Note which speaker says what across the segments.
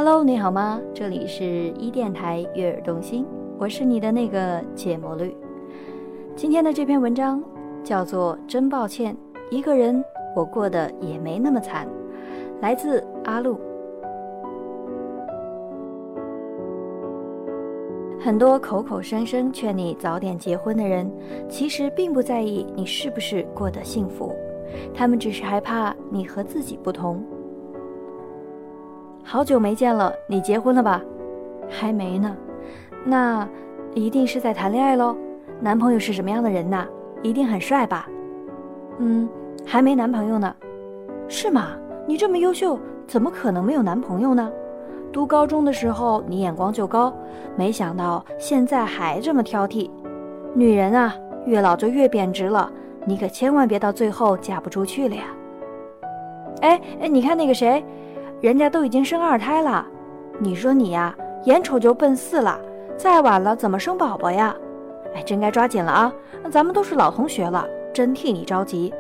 Speaker 1: Hello， 你好吗？这里是一电台悦耳动心，我是你的那个芥末绿。今天的这篇文章叫做真抱歉，一个人我过得也没那么惨，来自阿路。很多口口声声劝你早点结婚的人，其实并不在意你是不是过得幸福，他们只是害怕你和自己不同。好久没见了，你结婚了吧？还没呢。那一定是在谈恋爱咯。男朋友是什么样的人呐？一定很帅吧？还没男朋友呢。是吗？你这么优秀，怎么可能没有男朋友呢？读高中的时候你眼光就高，没想到现在还这么挑剔。女人啊，越老就越贬值了，你可千万别到最后嫁不出去了呀。哎，你看那个谁，人家都已经生2胎了，你说你呀，眼瞅就奔4了，再晚了怎么生宝宝呀？哎，真该抓紧了啊，咱们都是老同学了，真替你着急。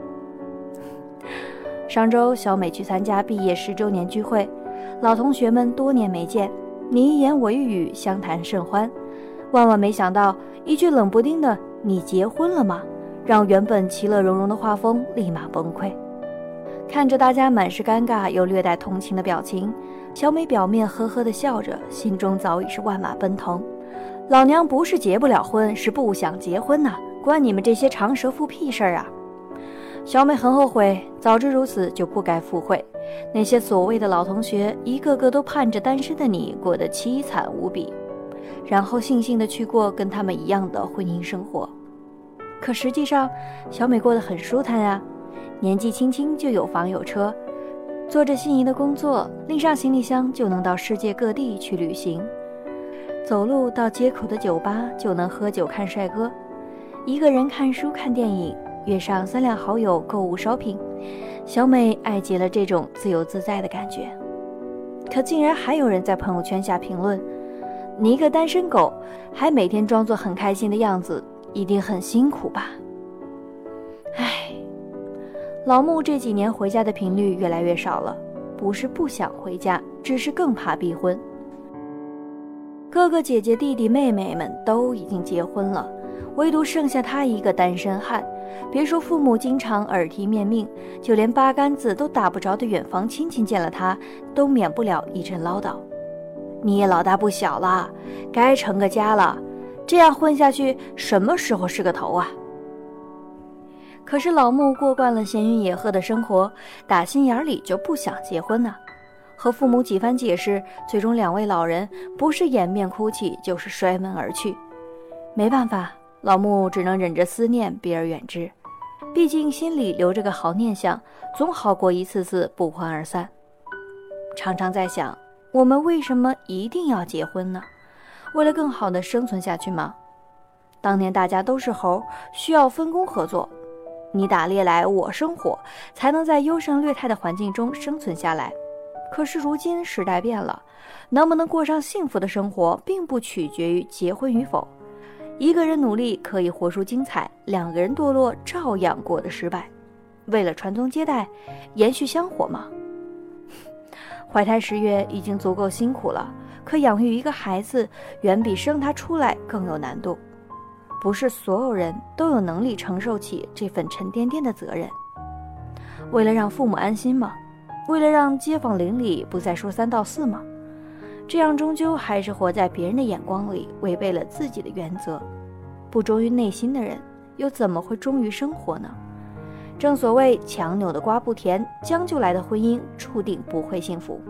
Speaker 1: 上周小美去参加毕业10周年聚会，老同学们多年没见，你一言我一语，相谈甚欢。万万没想到，一句冷不丁的“你结婚了吗”，让原本其乐融融的画风立马崩溃。看着大家满是尴尬又略带同情的表情，小美表面呵呵地笑着，心中早已是万马奔腾。老娘不是结不了婚，是不想结婚呐，关你们这些长舌妇屁事儿啊！小美很后悔，早知如此就不该赴会。那些所谓的老同学，一个个都盼着单身的你过得凄惨无比，然后悻悻地去过跟他们一样的婚姻生活。可实际上，小美过得很舒坦呀，年纪轻轻就有房有车，做着心仪的工作，拎上行李箱就能到世界各地去旅行，走路到街口的酒吧就能喝酒看帅哥，一个人看书看电影，约上3两好友购物 shopping。 小美爱极了这种自由自在的感觉。可竟然还有人在朋友圈下评论，你一个单身狗还每天装作很开心的样子，一定很辛苦吧。唉，老穆这几年回家的频率越来越少了，不是不想回家，只是更怕逼婚。哥哥姐姐弟弟妹妹们都已经结婚了，唯独剩下他一个单身汉。别说父母经常耳提面命，就连8竿子都打不着的远房亲戚见了他，都免不了一阵唠叨。你也老大不小了，该成个家了，这样混下去什么时候是个头啊？可是老穆过惯了闲云野鹤的生活，打心眼里就不想结婚呢。和父母几番解释，最终2位老人不是掩面哭泣，就是摔门而去。没办法，老穆只能忍着思念避而远之，毕竟心里留着个好念想，总好过一次次不欢而散。常常在想，我们为什么一定要结婚呢？为了更好的生存下去吗？当年大家都是猴，需要分工合作，你打猎来我生火，才能在优胜劣汰的环境中生存下来。可是如今时代变了，能不能过上幸福的生活并不取决于结婚与否。一个人努力可以活出精彩，2个人堕落照样过得失败。为了传宗接代，延续香火吗？怀胎10月已经足够辛苦了，可养育一个孩子远比生他出来更有难度。不是所有人都有能力承受起这份沉甸甸的责任。为了让父母安心吗？为了让街坊邻里不再说3道4吗？这样终究还是活在别人的眼光里，违背了自己的原则。不忠于内心的人，又怎么会忠于生活呢？正所谓强扭的瓜不甜，将就来的婚姻注定不会幸福。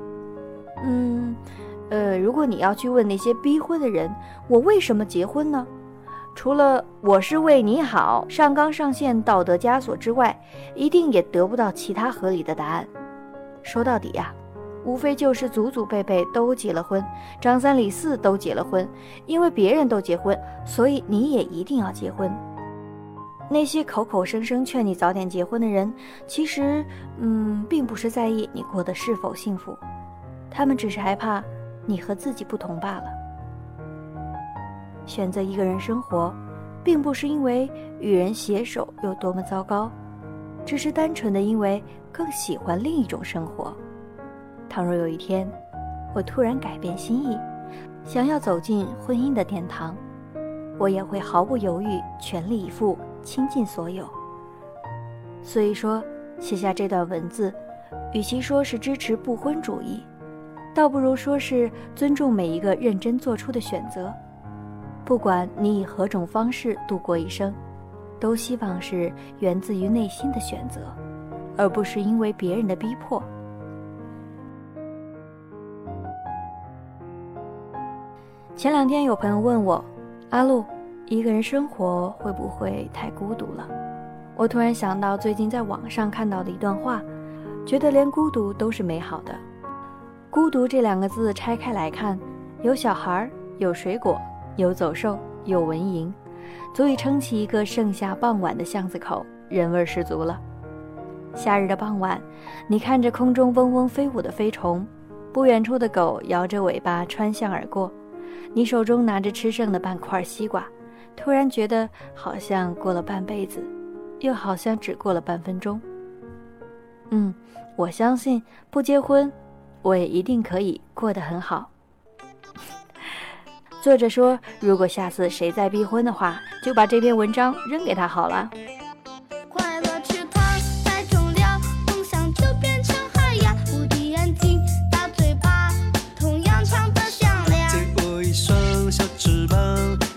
Speaker 1: 如果你要去问那些逼婚的人，我为什么结婚呢？除了我是为你好，上纲上线道德枷锁之外，一定也得不到其他合理的答案。说到底呀，无非就是祖祖辈辈都结了婚，张3李4都结了婚，因为别人都结婚，所以你也一定要结婚。那些口口声声劝你早点结婚的人，其实并不是在意你过得是否幸福，他们只是害怕你和自己不同罢了。选择一个人生活，并不是因为与人携手有多么糟糕，只是单纯的因为更喜欢另一种生活。倘若有一天我突然改变心意，想要走进婚姻的殿堂，我也会毫不犹豫，全力以赴，倾尽所有。所以说，写下这段文字，与其说是支持不婚主义，倒不如说是尊重每一个认真做出的选择。不管你以何种方式度过一生，都希望是源自于内心的选择，而不是因为别人的逼迫。前2天有朋友问我，阿露，一个人生活会不会太孤独了？我突然想到最近在网上看到的一段话，觉得连孤独都是美好的。孤独这2个字拆开来看，有小孩，有水果，有走兽，有蚊蝇，足以撑起一个盛夏傍晚的巷子口，人味十足了。夏日的傍晚，你看着空中嗡嗡飞舞的飞虫，不远处的狗摇着尾巴穿巷而过，你手中拿着吃剩的半块西瓜，突然觉得好像过了半辈子，又好像只过了半分钟。我相信不结婚，我也一定可以过得很好。作者说，如果下次谁再逼婚的话，就把这篇文章扔给他好了。
Speaker 2: 快乐池塘太重了，梦想就变成海洋，无敌眼睛大嘴巴，同样唱得响亮。
Speaker 3: 借我一双小翅膀，